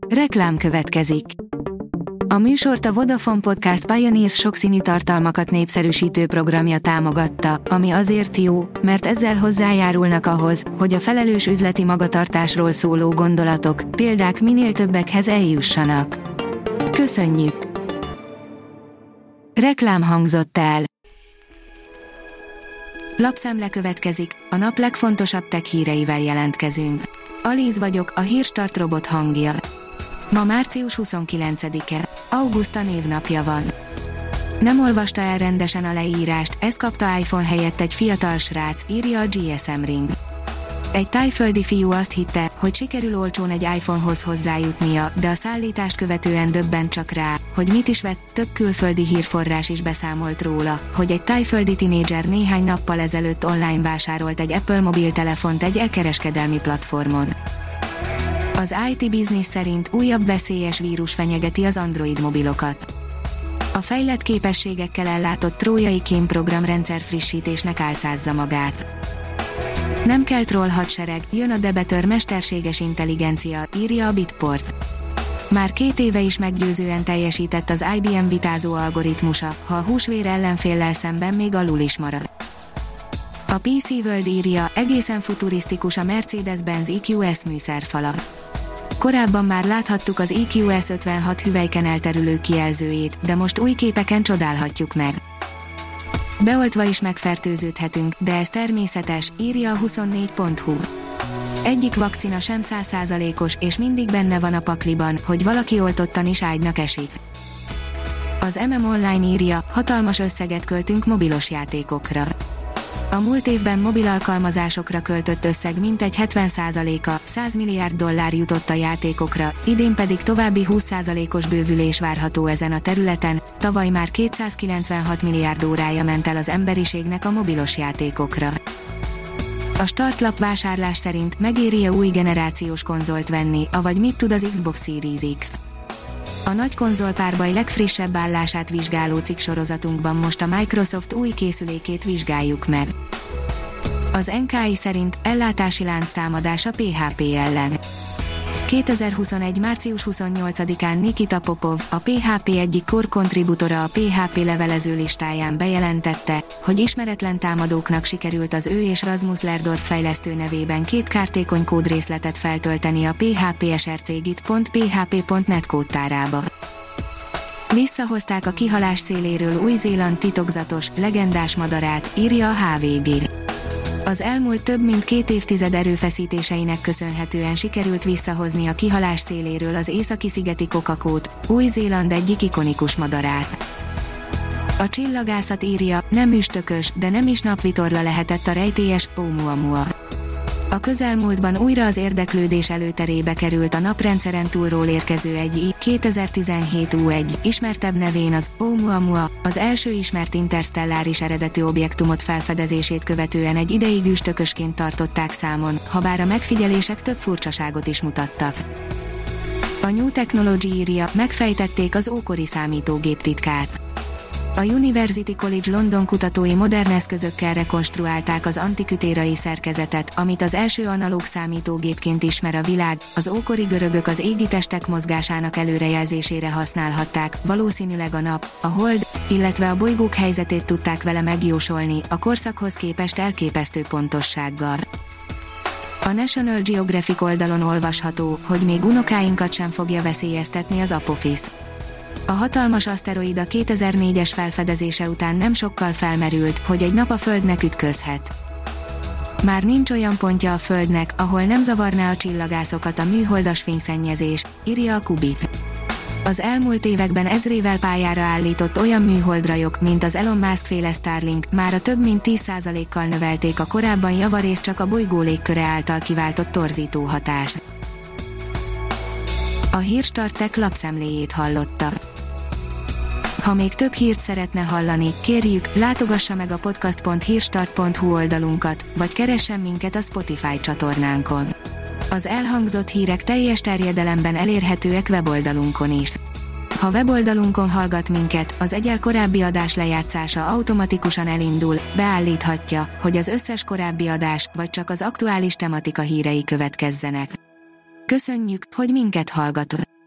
Reklám következik. A műsort a Vodafone Podcast Pioneers sokszínű tartalmakat népszerűsítő programja támogatta, ami azért jó, mert ezzel hozzájárulnak ahhoz, hogy a felelős üzleti magatartásról szóló gondolatok, példák minél többekhez eljussanak. Köszönjük! Reklám hangzott el. Lapszemle következik, a nap legfontosabb tech híreivel jelentkezünk. Alíz vagyok, a Hírstart robot hangja. Ma március 29-e, Auguszta névnapja van. Nem olvasta el rendesen a leírást, ezt kapta iPhone helyett egy fiatal srác, írja a GSM Ring. Egy tájföldi fiú azt hitte, hogy sikerül olcsón egy iPhone-hoz hozzájutnia, de a szállítást követően döbbent csak rá, hogy mit is vett. Több külföldi hírforrás is beszámolt róla, hogy egy tájföldi tinédzser néhány nappal ezelőtt online vásárolt egy Apple mobiltelefont egy e-kereskedelmi platformon. Az IT Business szerint újabb veszélyes vírus fenyegeti az Android mobilokat. A fejlett képességekkel ellátott trójai kémprogram rendszerfrissítésnek álcázza magát. Nem kell troll hadsereg, jön a Debeter mesterséges intelligencia, írja a Bitport. Már 2 éve is meggyőzően teljesített az IBM vitázó algoritmusa, ha a húsvér ellenféllel szemben még alul is marad. A PC World írja, egészen futurisztikus a Mercedes-Benz EQS műszerfala. Korábban már láthattuk az EQS 56 hüvelyken elterülő kijelzőjét, de most új képeken csodálhatjuk meg. Beoltva is megfertőződhetünk, de ez természetes, írja a 24.hu. Egyik vakcina sem 100%-os, és mindig benne van a pakliban, hogy valaki oltottan is ágynak esik. Az Online írja, hatalmas összeget költünk mobilos játékokra. A múlt évben mobil alkalmazásokra költött összeg mintegy 70%-a, $100 milliárd jutott a játékokra, idén pedig további 20%-os bővülés várható ezen a területen, tavaly már 296 milliárd órája ment el az emberiségnek a mobilos játékokra. A startlap vásárlás szerint megéri-e új generációs konzolt venni, avagy mit tud az Xbox Series X? A nagy konzolpárbaj legfrissebb állását vizsgáló cikksorozatunkban most a Microsoft új készülékét vizsgáljuk meg. Az NKI szerint ellátási lánctámadás a PHP ellen. 2021. március 28-án Nikita Popov, a PHP egyik core contributora a PHP levelező listáján bejelentette, hogy ismeretlen támadóknak sikerült az ő és Rasmus Lerdorf fejlesztő nevében 2 kártékony kódrészletet feltölteni a PHP src.git.php.net kódtárába. Visszahozták a kihalás széléről Új-Zéland titokzatos, legendás madarát, írja a HVG. Az elmúlt több mint 2 évtized erőfeszítéseinek köszönhetően sikerült visszahozni a kihalás széléről az északi-szigeti kokakót, Új-Zéland egyik ikonikus madarát. A csillagászat írja, nem üstökös, de nem is napvitorla lehetett a rejtélyes Oumuamua. A közelmúltban újra az érdeklődés előterébe került a naprendszeren túlról érkező egy I-2017 U1, ismertebb nevén az Oumuamua, az első ismert interstelláris eredetű objektumot felfedezését követően egy ideig üstökösként tartották számon, habár a megfigyelések több furcsaságot is mutattak. A New Technology írja, megfejtették az ókori számítógép titkát. A University College London kutatói modern eszközökkel rekonstruálták az antikütérai szerkezetet, amit az első analóg számítógépként ismer a világ. Az ókori görögök az égi testek mozgásának előrejelzésére használhatták, valószínűleg a nap, a hold, illetve a bolygók helyzetét tudták vele megjósolni, a korszakhoz képest elképesztő pontossággal. A National Geographic oldalon olvasható, hogy még unokáinkat sem fogja veszélyeztetni az Apophis. A hatalmas aszteroida 2004-es felfedezése után nem sokkal felmerült, hogy egy nap a Földnek ütközhet. Már nincs olyan pontja a Földnek, ahol nem zavarná a csillagászokat a műholdas fényszennyezés, írja a Kubit. Az elmúlt években ezrével pályára állított olyan műholdrajok, mint az Elon Musk féle Starlink, már a több mint 10%-kal növelték a korábban javarészt csak a bolygó légköre által kiváltott torzító hatást. A Hírstart Tech lapszemléjét hallotta. Ha még több hírt szeretne hallani, kérjük, látogassa meg a podcast.hírstart.hu oldalunkat, vagy keressen minket a Spotify csatornánkon. Az elhangzott hírek teljes terjedelemben elérhetőek weboldalunkon is. Ha weboldalunkon hallgat minket, az egyel korábbi adás lejátszása automatikusan elindul, beállíthatja, hogy az összes korábbi adás, vagy csak az aktuális tematika hírei következzenek. Köszönjük, hogy minket hallgatod!